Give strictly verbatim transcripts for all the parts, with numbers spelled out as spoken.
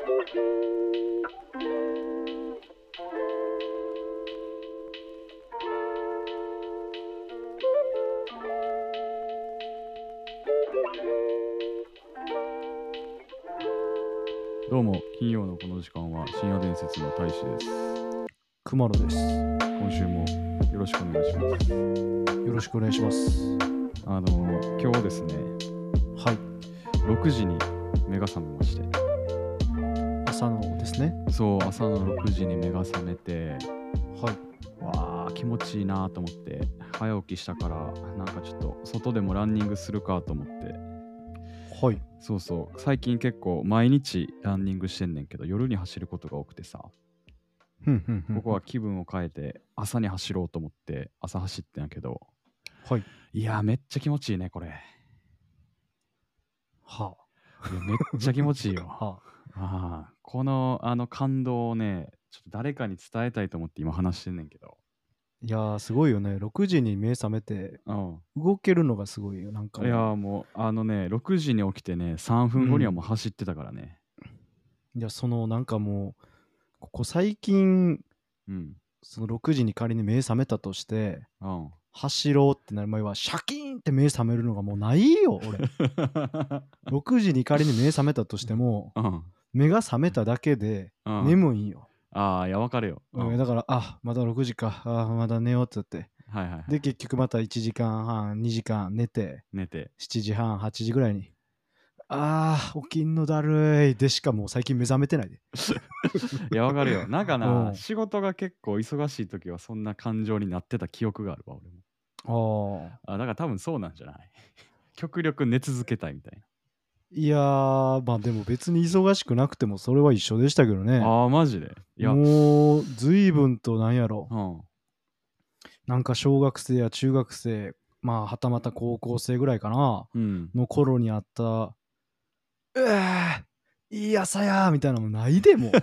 どうも、金曜のこの時間は深夜伝説の大使です。 熊野です。 今週もよろしくお願いします。 よろしくお願いします。 あの、今日ですね、 はい。 ろくじに目が覚めまして。 朝のですね。 そう、朝のろくじに目が覚めて、 はい。 わー、気持ちいいなと思って、早起きしたから、なんかちょっと外でもランニングするかと思って、 はい。 そうそう、最近結構毎日ランニングしてんねんけど、夜に走ることが多くてさ、 ふんふんふんふん。 ここは気分を変えて朝に走ろうと思って朝走ってんやけど、 はい。 いやーめっちゃ気持ちいいねこれ。 はあ。 いやめっちゃ気持ちいいよ。 はああ、このあの感動をね、ちょっと誰かに伝えたいと思って今話してんねんけど。 いやー、すごいよね。ろくじに目覚めてうん。 動けるのがすごいよ。なんかいやもーもうあのね、ろくじに起きてね、さんぷんごにはもう走ってたからね。 う、いや、そのなんかもう、ここ最近、 うん。 そのろくじに仮に目覚めたとして、 うん。 走ろうってなる前は、シャキーンって目覚めるのがもうないよ、俺。ろくじに仮に目覚めたとしても、 うん。 目が覚めただけでうん。 眠いんよ。 ああ、いや、わかるよ。ううんん。 だから、あ、まだろくじか、あ、まだ寝ようっつって。 はいはいはい。 で、結局またいちじかんはん、にじかん寝て、 寝て。 しちじはん、はちじぐらいに、あー、起きんのだるい。でしかもう最近目覚めてないで。 いや、わかるよ。なんかうな、 ん。 仕事が結構忙しい時はそんな感情になってた記憶があるわ、俺も。 ああ。 あ、だから多分そうなんじゃない極力寝続けたいみたいいやー、まあでも別に忙しくなくてもそれは一緒でしたけどな。 ね。 ああ、マジでいや、 もう、随分となんやろ。 うん。 なんか小学生や中学生、まあはたまた高校生ぐらいかな、 うん。 の頃にあった、うー、いい朝やーみたいなのもないでも。 い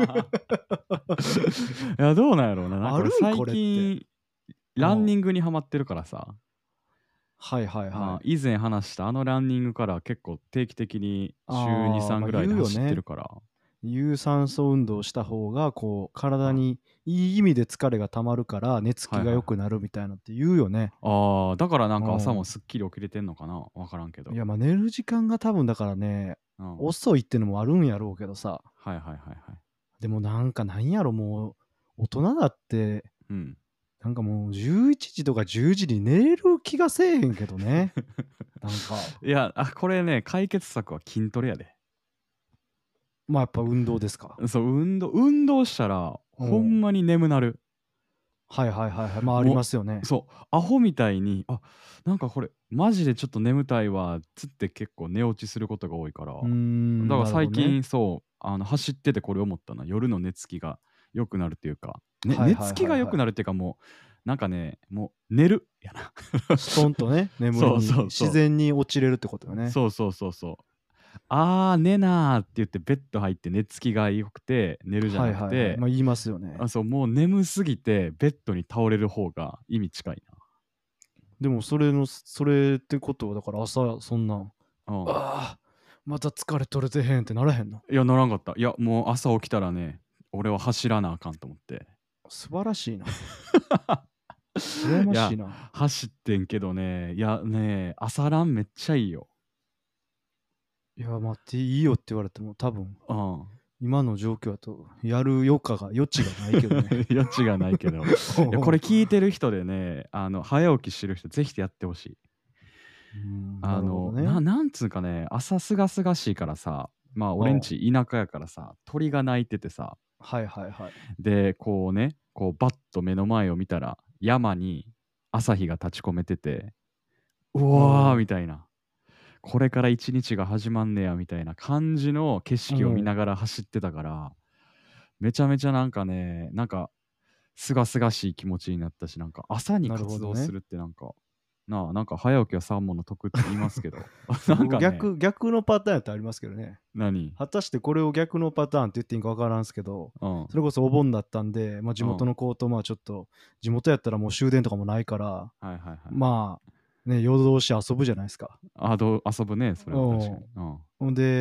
や、どうなんやろうな。なんかある俺最これって。 近、ランニングにハマってるからさ。 はいはいあはい。 以前話したあのランニングから結構定期的に週に、 ああ、 さんまあぐらいで走って言うよね。 るから。 有酸素運動した方がこう体あ、 にいい意味で疲れがたまるから寝つきがはいはい。 良くなるみたいなって言うよね。 ああ、だからなんうか朝もん。 すっきり起きれてんのかなわからんけど。 いやまあ寝る時間が多分だからね、 うん。 遅いってのもあるんやろうけどさ。 はいはいはいはい。 でもなんかなんやろ、もう大人だってうん。 なんかもうじゅういちじとかじゅうじに寝れる気がせえへんけどね。なんかいや、あ、これね、解決策は筋トレやで。 まあやっぱ運動ですか。 そう、運動運動したら、 うん。 ほんまに眠なる。 はいはいはいはい。まあありもますよね。 う、そう、アホみたいに、あ、なんかこれ、マジでちょっと眠たいわ、つって結構寝落ちすることが多いから。 うーん、 だからなるほどね。 最近、そう、あの、走っててこれ思ったな。夜の寝つきが良くなるっていうか、ね、 はいはい寝つきはいはい。 が良くなるっていうかもう、なんかね、もう寝るやな。 ストンとね、眠りそうにそうそ自然に落ちれるってことよう。 ね。 そうそうそうそう。あー、寝なーって言ってベッド入って寝つきが良くて寝るじゃはいはいはい。 なくて、 まあ言いますよあ、 ね。 そう、もう眠すぎてベッドに倒れる方が意味近いでもそれの、それってことはだから朝そんな、 な。うん。 ああ、また疲れ取れてへんってならへんの。 いや、ならんかった。いや、もう朝起きたらね、俺は走らなあかんと思って。 素晴らしいな。羨いや、 ましいな。 走ってんけどね、いやね、朝ランめっちゃいいよ。 いや、待って、いいよって言われても多分、 うん。 今の状況だとやる余地が余地がないけどね。 余地がないけど。いや、これ聞いてる人でね、あの、早起きしてる人、ぜひやってほしい。 うん、なるほどあの、なね。 なんつうかね、朝すがすがしいからさ、まあ、俺んあち田舎やからさ、鳥が鳴いててさ、 はいはいはい。 で、こうね、こうバッと目の前を見たら、山に朝日が立ち込めてて、うわーみおたいな。これから一日が始まんねやみたいな感じの景う色を見なん、 がら走ってたから、めちゃめちゃなんかね、なんか、すがすがしい気持ちになったし、なんか朝になるほどね。 活動するってなんか、なあ、なんか早起きは三問の得って言いますけど、なん僕かね、 逆逆のパターンやったらありますけどね。 何果たしてこれを逆のパターンって言っていいんか分からんすけど、 うん、 それこそお盆だったんで、まあ、地うん。 元の子とまあちょっと、地元やったらもう終電とかもないから、 はいはいはい。 まあね、夜通し遊ぶじゃないですか。 あ、どう遊ぶね、それうは確かに。 ん。 うん。 ほんで、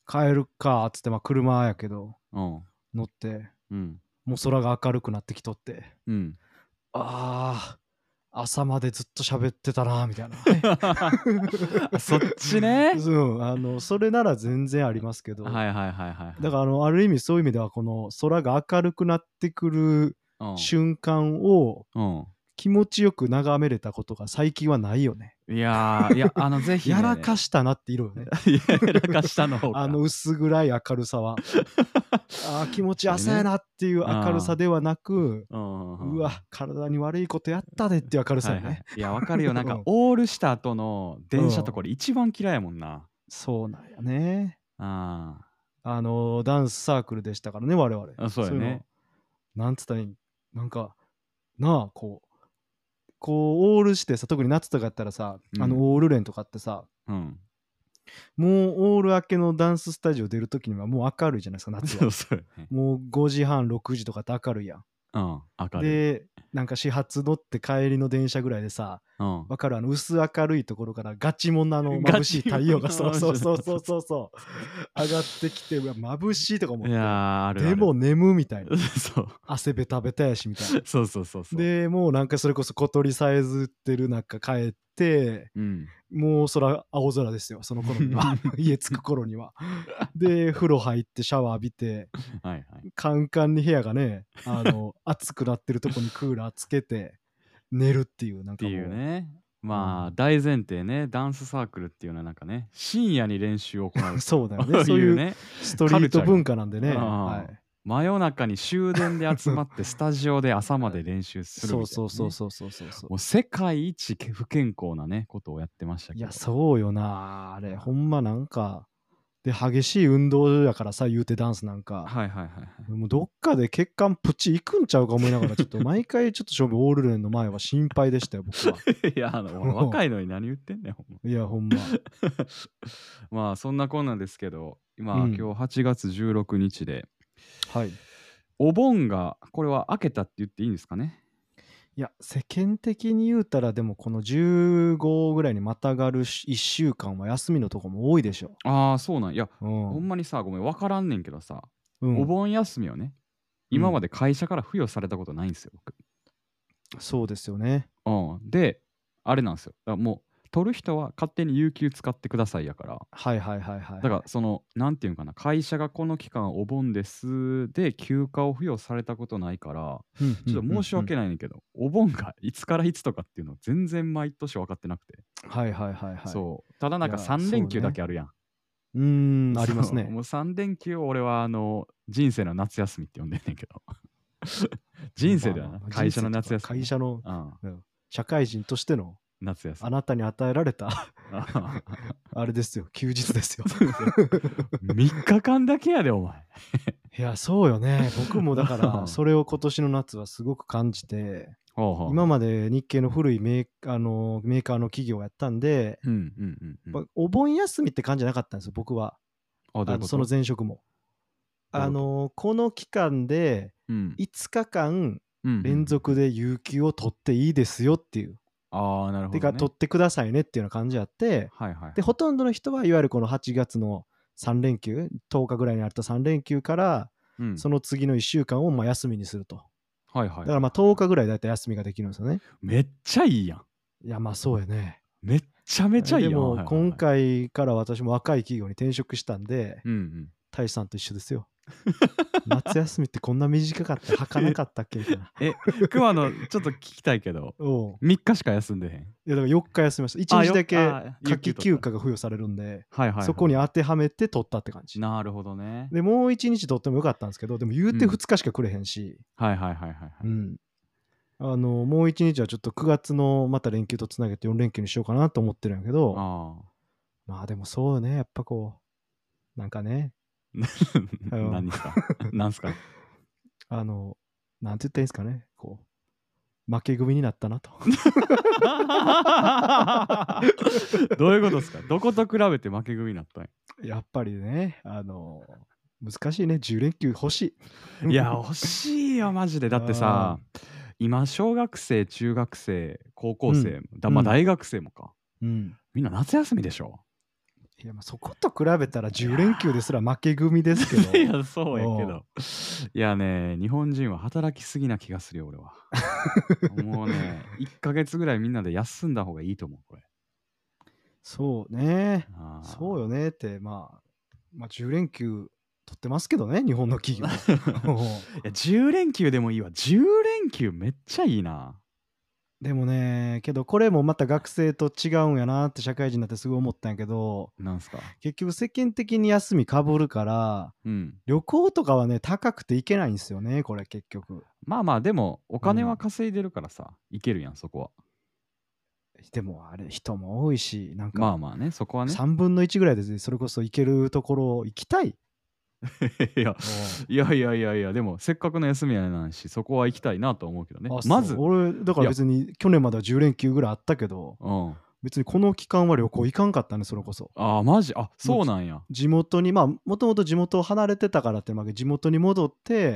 帰るかっつって、まあ車やけどうん。 乗ってうん。 もう空が明るくなってきとって、 うん。 あー朝までずっと喋ってたなみたいなあそっちね。 そうあのそれなら全然ありますけど、 はいはいはいはいはい。 だからあのある意味そういう意味ではこの空が明るくなってくるうん。 瞬間をうん。 気持ちよく眺めれたことが最近はないよね。 いやー、いや、あの、ぜひ、ね、 やらかしたなって色よね。 やらかしたの方か。 あの薄暗い明るさは。あー気持ち朝やなっていう明るさではなく、 うんうんうんうわ、体に悪いことやったでっていう明るさよね。 はいはい、いや、わかるよ。なんかうん、 オールした後の電車とうんこれ一番嫌いやもんな。 そうなんやね。 ああのダンスサークルでしたからね、我々。 あ、そうやいうのね。 なんつったらいいんなんか、なあ、こう、こう、オールしてさ、特に夏とかやったらさ、 うんあの、オール連とかってさ、 うん。 もうオール明けのダンススタジオ出るときにはもう明るいじゃないですか、夏そうは。 そうやね。 もうごじはん、ろくじとかって明るいやん。 うん、明るい。 で、なんか始発乗って帰りの電車ぐらいでさ、 うん、 わかるあの薄明るいところからガチモンのあの眩しい太陽がそうそうそうそうそうそう上がってきて、うわ眩しいとか思っいやて、 ー、あるある。 でも眠みたいな、 そう。 汗ベタベタやしみたいな。 そうそうそうそう。 でもうなんかそれこそ小鳥さえずってる中帰って、 うん。 もう空青空ですよ、その頃には家着く頃には。で風呂入ってシャワー浴びて、 はいはい。 カンカンに部屋がね、あの暑くなってるとこにクーラーつけて寝るっていう、なんってかもういうね。まあ、 うん大前提ね、ダンスサークルっていうのはなんかね、深夜に練習を行うとそうだよね、そういういうね、 ストリート文化なんでね、 あはあ真夜中に終電で集まってスタジオで朝まで練習い、 するみたいな、ね。 そうそうそうそうそうそうそうもう世界一不健康なね、ことをやってましたけど。 いやそうよな、あれほんまなんかで激しい運動やからさ、言うてダンスなんか、 はいはいはいはい。 もうどっかで血管プチいくんちゃうか思いながら、ちょっと毎回ちょっと勝負オールレンの前は心配でしたよ、僕は。 いや、あの、若いのに何言ってんねん、ほんま。 いや、ほんま。 まあ、そんなこんなんですけど、今、 うん今日はちがつじゅうろくにちで、 はい。 お盆が、これは明けたって言っていいんですかね。 いや、世間的に言うたら、でもこのじゅうごぐらいにまたがるいっしゅうかんは休みのとこも多いでしょ。 ああ、そうなん。いや、 うん。 ほんまにさ、ごめん、わからんねんけどさ、 うんお盆休みをね、今まで会社から付与されたことないんですよ、僕。 そうですよね。 うん。で、あれなんですよ。だからもう、取る人は勝手に有給使ってくださいやから。 はいはいはいはい。 だから、その、なんていうんかな、会社がこの期間お盆ですで休暇を付与されたことないから、 うんちょっと申し訳ないねんけど、お盆がいつからいつとかっていうの全然毎年分かってなくて。 はいはいはいはい。 そう。ただなんかいやさん連休そうねだけあるやん。 うーん、ありますそうね。 もうさん連休を俺はあの、人生の夏休みって呼んでんねんけど。人生ではな、 まあまあまあ会社の夏人生とか休みね。 会社の、 うん、 うん社会人としての夏休み。 あなたに与えられたあれですよ、休日ですよ。 みっかかんだけやで、お前。 いや、そうよね。僕もだから、それを今年の夏はすごく感じて、 ほうほう今まで日系の古いメーあのメーカーの企業をやったんで、 うんうんうんうん。 やっぱお盆休みって感じじゃなかったんですよ、僕は。 あ、どういうことあのその前職も。 どういうことあのこの期間でうんいつかかんうんうん連続で有給を取っていいですよっていう。 ああ、なるほてか、 どね。 取ってくださいねっていうような感じあって、 はいはい。 で、ほとんどの人はいわゆるこのはちがつのさん連休、とおかぐらいにあったさん連休から、 うんその次のいっしゅうかんをまあ休みにすると。 はいはい。 だからまあとおかぐらいだいたい休みができるんですよね。 めっちゃいいやん。 いや、まあそうやね。 めっちゃめちゃいいやん。 でもはいはいはい今、回から私も若い企業に転職したんで、 うんうん。 大志さんと一緒ですよ。夏休みってこんな短かった儚かったっけみたいな。 え、熊野、ちょっと聞きたいけど、 おうみっかしか休んでへん。 いやだからよっか休みました。 あいちにちだけよあ夏季休有給取った暇が付与されるんで、 はいはいはい。 そこに当てはめて取ったって感じ。 なるほどね。 で、もういちにち取ってもよかったんですけど、でも言うてうんふつかしかくれへんし、 はいはいはいはいはい。 うん。あの、もういちにちはちょっとくがつのまた連休とつなげてよん連休にしようかなと思ってるんやけど、 あまあでもそうよね、やっぱこう、なんかね、 あ。 うん何ですか何すかあの、なんて言ったらいいんですかね、こう、負け組になったなと。 どういうことですかどこと比べて負け組になったんや。 やっぱりね、あの、難しいね、じゅう連休欲しい。 いや、欲しいよ、マジで。だってさ、今、小学生、中学生、高校生、だまあうん大学生もか。 うん。 みんな夏休みでしょ。 いやまあそこと比べたらじゅう連休ですら負け組ですけど。 いや、そうやけど。いやね、日本人は働きすぎな気がするよ、俺は。もうね、いっかげつぐらいみんなで休んだ方がいいと思う、これ。 そうね。 あそうよねって、まあ、まあじゅう連休取ってますけどね、日本の企業。 いや、じゅう連休でもいいわ。じゅう連休めっちゃいいな。 でもね、けどこれもまた学生と違うんやなって社会人になってすごい思ったんやけど、 なんすか。 結局世間的に休みかぶるから、 うん。 旅行とかはね、高くて行けないんですよね、これ結局。 まあまあ、でも、お金はうん稼いでるからさ、いけるやん、そこは。 でもあれ、人も多いし、なんか、 まあまあね、そこはね。 さんぶんのいちぐらいでそれこそ行けるところ行きたい。 いや、 うんいやいやいやいや、でも、せっかくの休みやなんし、そこは行きたいなと思うけどね。 あまず、 そう俺、だから別に去年まではじゅう連休ぐらいあったけど、 うん。 別にこの期間は旅行行かんかったね、それこそ。 ああ、マジあ、そうなんや。 地元に、まあ、もともと地元を離れてたからっていうのもあるけど地元に戻って、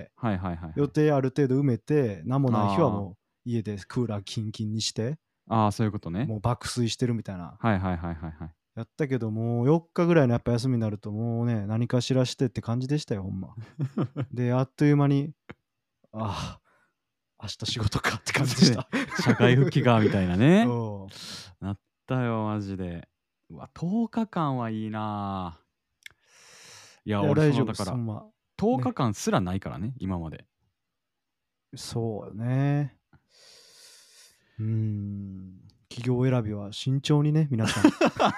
はいはいはいはい。 予定ある程度埋めて、何もない日はあーもう家でクーラーキンキンにして、 ああ、そういうことね。 もう爆睡してるみたいな。 はいはいはいはいはい。 やったけど、もうよっかぐらいのやっぱ休みになると、もうね、何かしらしてって感じでしたよ、ほんま。で、あっという間に、ああ、明日仕事かって感じでした。 社会復帰かみたいなね。 うんなったよ、マジで。うわ、とおかかんはいいな。いや、 いや、 俺、 大丈夫です、 そのだから、 ほんま。 とおかかんすらないからね、今まで。 そうよね。うーん。企業選びは慎重にね、皆さん。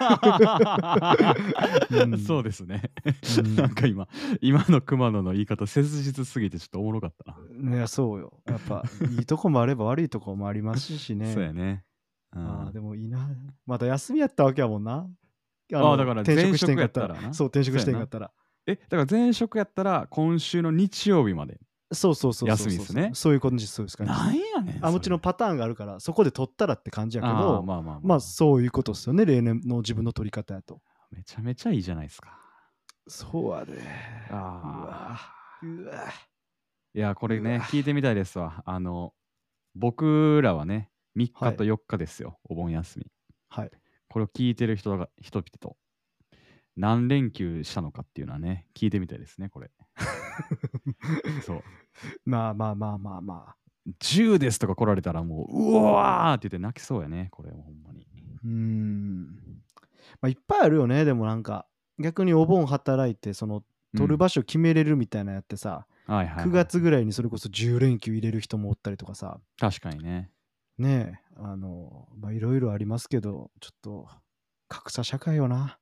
うんそうですね。 うんなんか今、今の熊野の言い方、切実すぎてちょっとおもろかったな。 いや、そうよ。やっぱ、いいとこもあれば悪いとこもありますしね。 そうやね。うん、 ああ、でもいいな。また休みやったわけやもんな。あああ、だから転職してんか前ったら。 職やったらな。 そう、転職してんそうやなかったら。 え、だから前職やったら、今週の日曜日まで。 そうそうそうそうそう。 休みですねそういう感じです、そういう感じです。 なんやねん。 あもちろんパターンがあるから、そこで取ったらって感じやけあど、 ーまあまあまあ、 まあそういうことですよね、例年の自分の取り方やと。 めちゃめちゃいいじゃないですか。 そうやで。 あうわ。うわ。 いや、これね、 うわ聞いてみたいですわ。あの、僕らはね、みっかとよっかですよ、お盆休み。 はい。 これを聞いてる人が人々と何連休したのかっていうのはね、聞いてみたいですね、これ。そう。 まあまあまあまあまあ。 じゅうですとか来られたらもう、うわーって言って泣きそうやね、これほんまに。 うーん。まあいっぱいあるよね、でもなんか。逆にお盆働いて、その、取る場所決めれるみたいなやってさ、 はいはいはい、 くがつぐらいにそれこそじゅう連休入れる人もおったりとかさ、 確かにね。 ねえ、あの、まあいろいろありますけど、ちょっと、格差社会よな。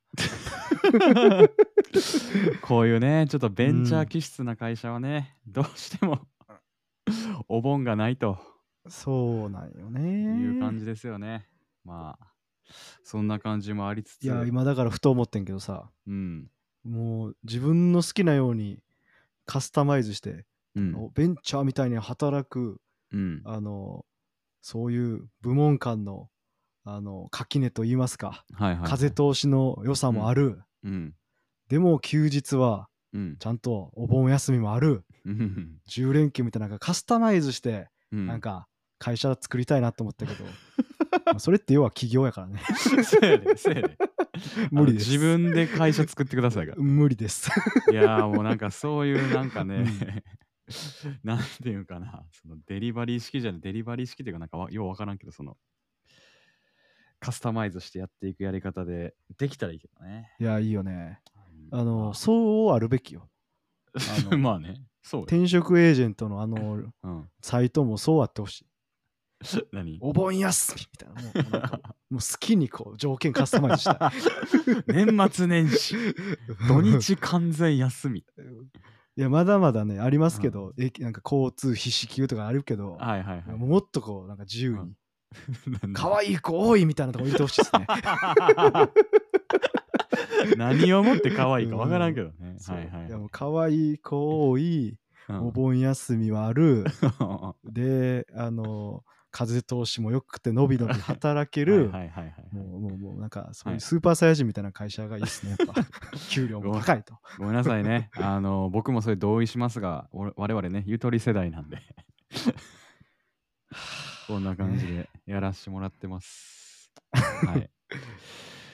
こういうね、ちょっとベンチャー気質な会社はね、どうしてもお盆がないとそうなんよね。 いう感じですよね。まあ、そんな感じもありつつ、 いや、今だからふと思ってんけどさ、 うん、 もう自分の好きなようにカスタマイズして、 うん、 おベンチャーみたいに働く、 うん、 あの、そういう部門間の、あの、垣根といいますか、 はいはいはい、 風通しの良さもある。 うん、 でも休日はうん、 ちゃんとお盆休みもある。 うん、 じゅう連休みたいななんかカスタマイズして、 うん、 なんか会社作りたいなと思ったけど、まあそれって要は企業やからね。 せやで、せやで。 無理です。 あの自分で会社作ってくださいから。 無理です。 いやーもうなんかそういうなんかね、なんていうかな、そのデリバリー式じゃない、デリバリー式っていうかなんかわようわからんけど、その、カスタマイズしてやっていくやり方でできたらいいけどね。 いや、いいよね。 うんあの、 まそうあるべきよ。あのまあね、そうよ。 転職エージェントのあの、 うん。 サイトもそうあってほしい。 何お盆休みみたいな。もうなんかもう好きにこう条件カスタマイズしたい。 年末年始、土日完全休み。 いや、まだまだね、ありますけど、えなんか交通費支給とかあるけど、 はいはいはい。 もっとこう、なんか自由に、 うん可愛い子多いみたいなとこ入れてほしいですね。 何をもって可愛いかわからんけどね。 そうはいはいいやもう可愛い子多い、 うんお盆休みはある、で、あの、風通しも良くて伸び伸び働ける、 はいはいはいはい。 もう、もう、もうなんか、そうはいいうスーパーサイヤ人みたいな会社がいいですね、やっぱ。給料も高いと。 ごめんなさいね。あの、僕もそれ同意しますが、我我々ね、ゆとり世代なんで。こんな感じでやらしてもらってます。はい。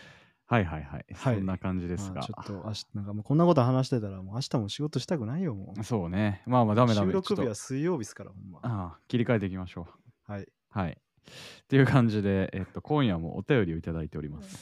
はいはいはい。 はいそんな感じですが。 まあちょっと明日なんかもうこんなこと話してたらもう明日も仕事したくないよもう。 そうね。まあまあダメダメ。 収録日はちょっと水曜日ですからほんま。 ああ切り替えていきましょう。 はい。 はい。っていう感じで、えっと、今夜もお便りをいただいております。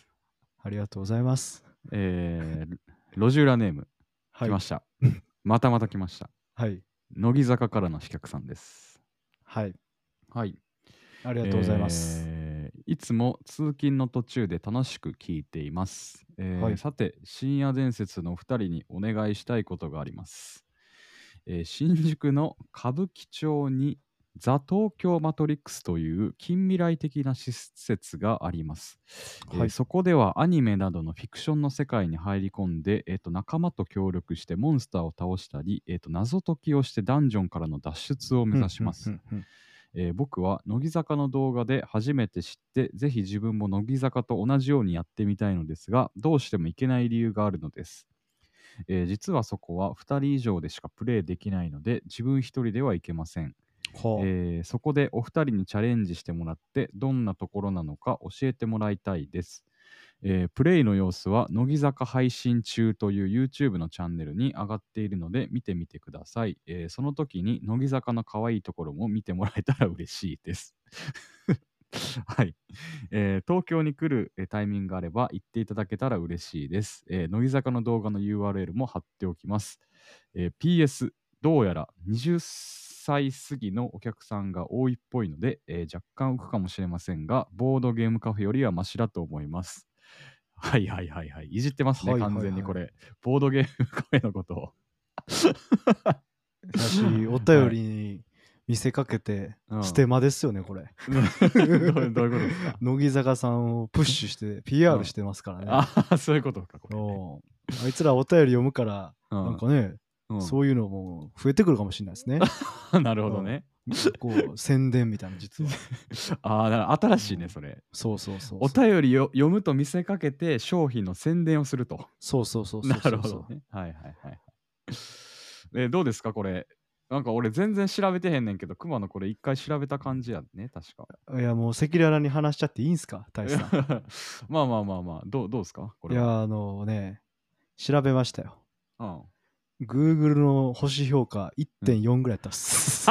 ありがとうございます。 えー、路地裏ネーム、 はい。 来ました。またまた来ました。 はい。 乃木坂からの飛脚さんです。 はい。 はい。 ありがとうございます。 えーいつも通勤の途中で楽しく聞いています。えーはいさて、深夜伝説のお二人にお願いしたいことがあります。えー新宿の歌舞伎町にザ・東京マトリックスという近未来的な施設があります。えーはいそこではアニメなどのフィクションの世界に入り込んで、えーと仲間と協力してモンスターを倒したり、えーと謎解きをしてダンジョンからの脱出を目指します。 うんうんうんえー僕は乃木坂の動画で初めて知ってぜひ自分も乃木坂と同じようにやってみたいのですがどうしてもいけない理由があるのです、えー実はそこはふたり以上でしかプレイできないので自分一人ではいけません、 はあえーそこでお二人にチャレンジしてもらってどんなところなのか教えてもらいたいです、えープレイの様子は乃木坂配信中という YouTube のチャンネルに上がっているので見てみてください、えーその時に乃木坂の可愛いところも見てもらえたら嬉しいですはい、えー東京に来るえータイミングがあれば行っていただけたら嬉しいです、えー乃木坂の動画の ユーアールエル も貼っておきます、えー ピーエス どうやらはたち過ぎのお客さんが多いっぽいので、えー若干浮くかもしれませんがボードゲームカフェよりはマシだと思いますはいはいはいはい。いじってますね、 はいはいはい完全にこれ。ボードゲームカフェのことを。 だし、お便りに見せかけて、 うんステマですよね、これ。 どういうどういうことですか乃木坂さんをプッシュして、ピーアール してますからね。 ああ、そういうことか、これね。 おうあいつらお便り読むから、 うんなんかね、 うんそういうのも増えてくるかもしれないですね。 なるほどね。 こう、宣伝みたいな、実は。 ああ、だから新しいね、 うんそれ。 そうそうそうおそう。 便りを読むと見せかけて商品の宣伝をすると。 そうそうそうそうなそうるほどね。はいはいはい。えどうですか、これ。なんか俺全然調べてへんねんけど、熊野これ一回調べた感じやね、確か。 いや、もう赤裸々に話しちゃっていいんすか、大志さん。 まあまあまあまあ、どうどうですかこれは。 いや、あのね、調べましたよ。 うん。 Google の星評価いってんよんぐらいやったっす。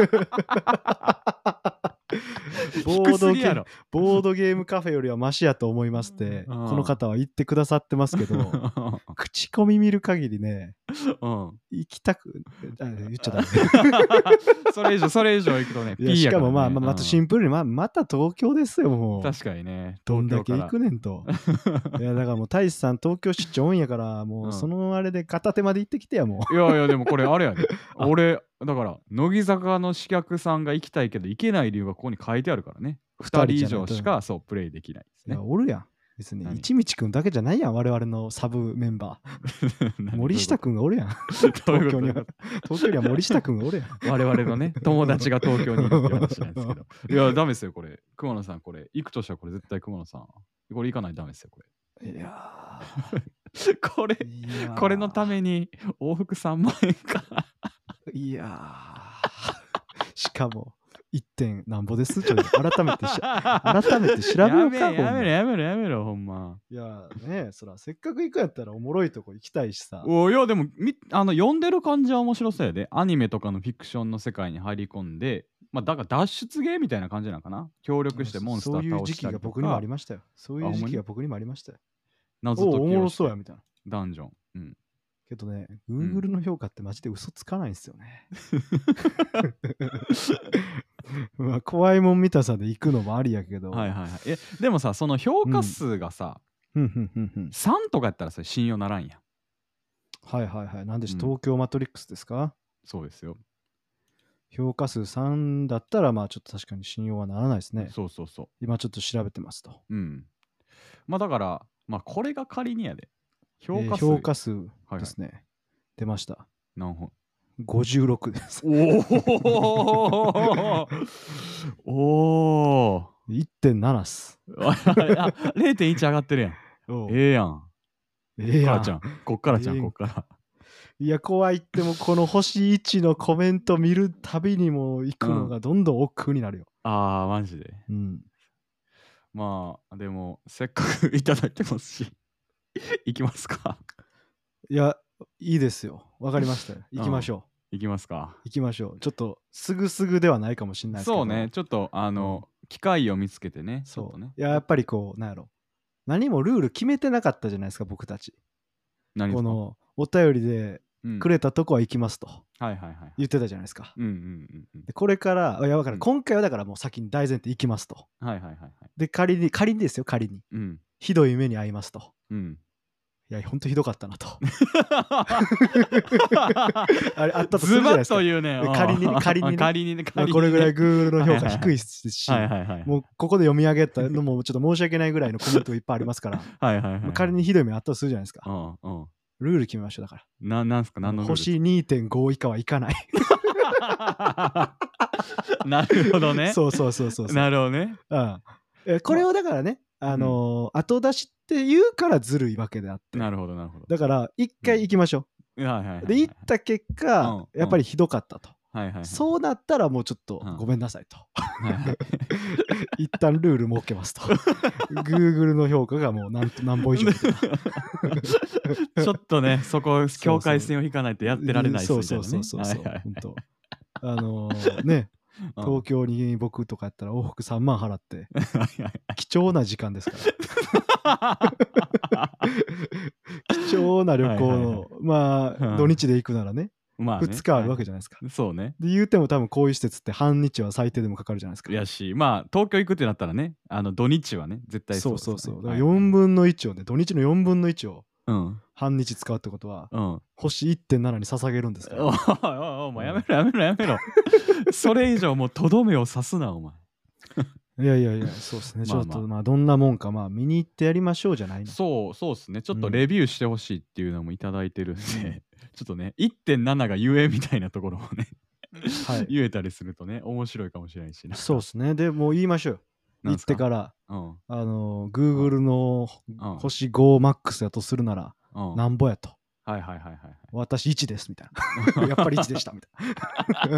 ボードゲームボードゲームカフェよりはマシやと思いますって、 うんこの方は言ってくださってますけど、口コミ見る限りね、 うん。 行きたく、あ言っちゃダメ。 それ以上、それ以上行くとね、 いや P しやかねからもまあ、まあ、またシうんンプルに、まあ、また東京ですよ、もう。 確かにね。 どんだけ行東京くねんと。いや、だからもう、大志さん、東京出張多いんやから、もううんそのあれで片手まで行ってきてや、もう。 からいやいや、でもこれあれやで。 あ俺、だから、乃木坂の刺客さんが行きたいけど、行けない理由がここに書いてあるからね。ふたり以上しか、そう、プレイできないですねいや、。おるやん。別に、 何一道くんだけじゃないやん、我々のサブメンバー。 何森下くんがおるやん。 どういうこと東京には、東京には森下くんがおるやん。 我々のね、友達が東京にいるって話なんですけど。いや、ダメですよ、これ。熊野さん、これ。行くとしたらこれ絶対熊野さん。これ行かないとダメですよ、これ。 いやこれ、 ーいやーこれのために往復さんまん円か。 いやーしかも、いってんなんぼですちょっと改めてし改めて調べようか、 やめやめろほんまやめろやめろほんま。 いやねそらせっかく行くやったらおもろいとこ行きたいしさ。 おいやでもみあの読んでる感じは面白そうやで。アニメとかのフィクションの世界に入り込んで、まあだから脱出ゲーみたいな感じなのかな。協力してモンスタそういうー倒時期がしたりとか。 僕にもありましたよ。そういうあほんまに時期が僕にもありましたよ。 謎解きおおもろをしてそうやみたいな。 ダンジョン。うん。 けどね、Google の評価ってマジで嘘つかないんですよね。まあ、怖いもん見たさで行くのもありやけど。 はいはいはい。えでもさその評価数がさ、 うんうんうんうんさんとかやったらそれ信用ならんやん。 はいはいはい。なんでし、 うん東京マトリックスですか？ そうですよ。 評価数さんだったら、まあちょっと確かに信用はならないですね。 そうそうそ今ちょっと調べてますと。 う。うん。まあだからまあこれが仮にやで。評価数、 えー評価数はいはいですね。出ました。 何本ごじゅうろくです。 おおおおいってんななっす。 あ れいてんいち上がってるやん。 おうええやん。 ええやんこっからちゃん。こっからちゃん、 ええこっから。 いや、怖いってもこの星いちのコメント見るたびにも行くのがどんどん億劫になるよ。 ああ、マジで。 うん。 まあ、でも、せっかくいただいてますし、行きますか。 いや、いいですよ。わかりましたよ。行きましょう。 行きますか。 行きましょう。ちょっと、すぐすぐではないかもしれないですけど。 そうね、ちょっと、あの、機会を見つけてね。ちょっそうとね。 いや、やっぱりこう、なんやろ。何もルール決めてなかったじゃないですか、僕たち。 何ですか。 この、お便りでうんくれたとこは行きますとはいはいはいはい。 言ってたじゃないですか。 うんうんうんうん。 でこれから、いや、わかる。 うん今回はだからもう先に大前提行きますと。 はいはいはいはい。 で、仮に、仮にですよ、仮に。 うん。 ひどい目に遭いますと。 うん。 いや、ほんとひどかったなと。あれ、あったとすズバッるじゃないですか。 と言うね。うん仮にね、仮にね。 仮にね、 まあ仮にね。 これぐらい Google の評価はいはいはい低いですし、 はいはいはい。 もうここで読み上げたのもちょっと申し訳ないぐらいのコメントがいっぱいありますから、 はいはいはいはい。 まあ仮にひどい目あったとするじゃないですか。 うんうん。 ルール決めましょう、だから。 な、なんすか、何のルールですか。 星 にてんご 以下はいかない。 なるほどね。 そうそうそうそうそう。 なるほどね。 うんえこれをだからね、あのー後出しって言うからずるいわけであって。 なるほどなるほど。 だから、一回行きましょはいはいはいはい。 う。で、行った結果、 うんやっぱりひどかったと。 はいはいはい。 そうなったらもうちょっとうんごめんなさいと。 はいはい。 一旦ルール設けますと。Google の評価がもう何何本以上みたいな。 ちょっとね、そこ、境界線を引かないとやってられないっすみたいなね。 そうそうそうそう。 はいはい本当。あのーね、 うん東京に僕とかやったら往復さんまん払って、 はいはい貴重な時間ですから。貴重な旅行はいはいの、まあ、 うん土日で行くならね、 まあねふつかあるわけじゃないですか。 そうね。 で、言うても多分こういう施設って半日は最低でもかかるじゃないですか。 やし、まあ、東京行くってなったらね、あの土日はね、絶対そそううですよね。 そうそう。だからはいよんぶんのいちをね、土日のよんぶんのいちをうん。 半日使うってことは、 うん。 星 いってんなな に捧げるんですから。 おいおいおい、もうやめろやめろやめろ。それ以上もうとどめを刺すな、お前。 いやいやいや、そうですね。ちまあまあょっとまあ、どんなもんか、まあ、見に行ってやりましょうじゃないの。 そう、そうですね。ちょっとうんレビューしてほしいっていうのもいただいてるんで、ちょっとね、いってんなな がゆえみたいなところをね、 はい。 言えたりするとね、面白いかもしれないしな。 そうですね。でもう言いましょうよ。行っなんすかてから、 うん。 あのー、Google のうん星 ごマックス やとするなら、 うん。 なんぼやと。 はいはいはいはいはい。 私いちですみたいな。やっぱりいちでしたみたいな。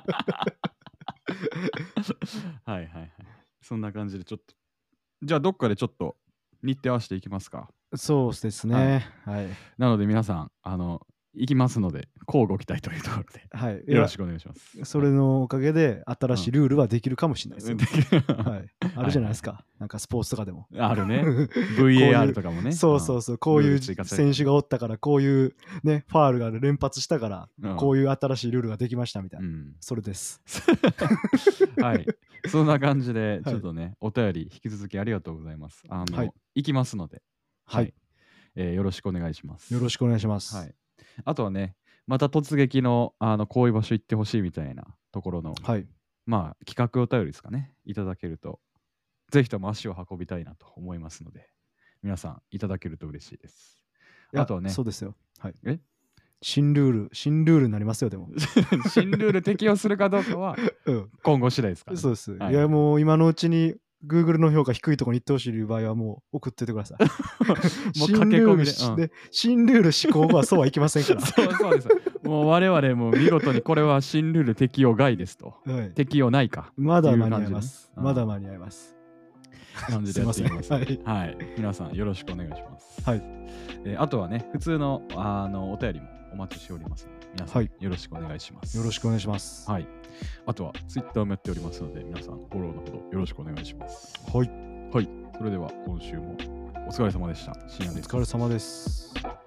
はいはいはい。そんな感じでちょっと。じゃあどっかでちょっと日程合わせていきますか。 そうですね。はい。 なので皆さん、あの、行きますので、こうご期待というところで、 はい。 よろしくお願いします。 それのおかげで新しいルールはできるかもしれないですよ。 ははい。あるじゃないですか。なんかスポーツとかでも。 あるね。ブイエーアール とかもね。 そうそうそう。こういうルール追加されて選手がおったから、こういうね、ファールが連発したから、 うんこういう新しいルールができましたみたいな。 うん。 それです。 はい。そんな感じで、 はいちょっとね、お便り引き続きありがとうございます。あの、 はい行きますので、 はい。 えーよろしくお願いします。 よろしくお願いします。 はい。あとはね、また突撃の、あの、こういう場所行ってほしいみたいなところの、 はい。 まあ、企画お便りですかね、いただけると、ぜひとも足を運びたいなと思いますので、皆さんいただけると嬉しいです。 いやあとはねそうですよ。はい。 え新ルール、新ルールになりますよ、でも。 新ルール適用するかどうかはうん。 今後次第ですから、ね。 そうです。 はいいや、もう今のうちに Google の評価低いところに行ってほしい場合はもう送っててください。 もう駆け込みでうん新ルールで新ルール施行後はそうはいきませんから。 そうそうです。もう我々も見事にこれは新ルール適用外ですと。 はい、 適用ないか。 まだ間に合いっていう感じます。 ねまだ間に合います。 感じでやっていきます。 すいませんはい。皆さんよろしくお願いします。 はい。 えーあとはね、普通のあのお便りもお待ちしておりますので、皆さんはいよろしくお願いします。 よろしくお願いします。 はい。あとは Twitter もやっておりますので、皆さんフォローのほどよろしくお願いします。 はい。 はい。それでは今週もお疲れ様でした。深夜です。 お疲れ様です。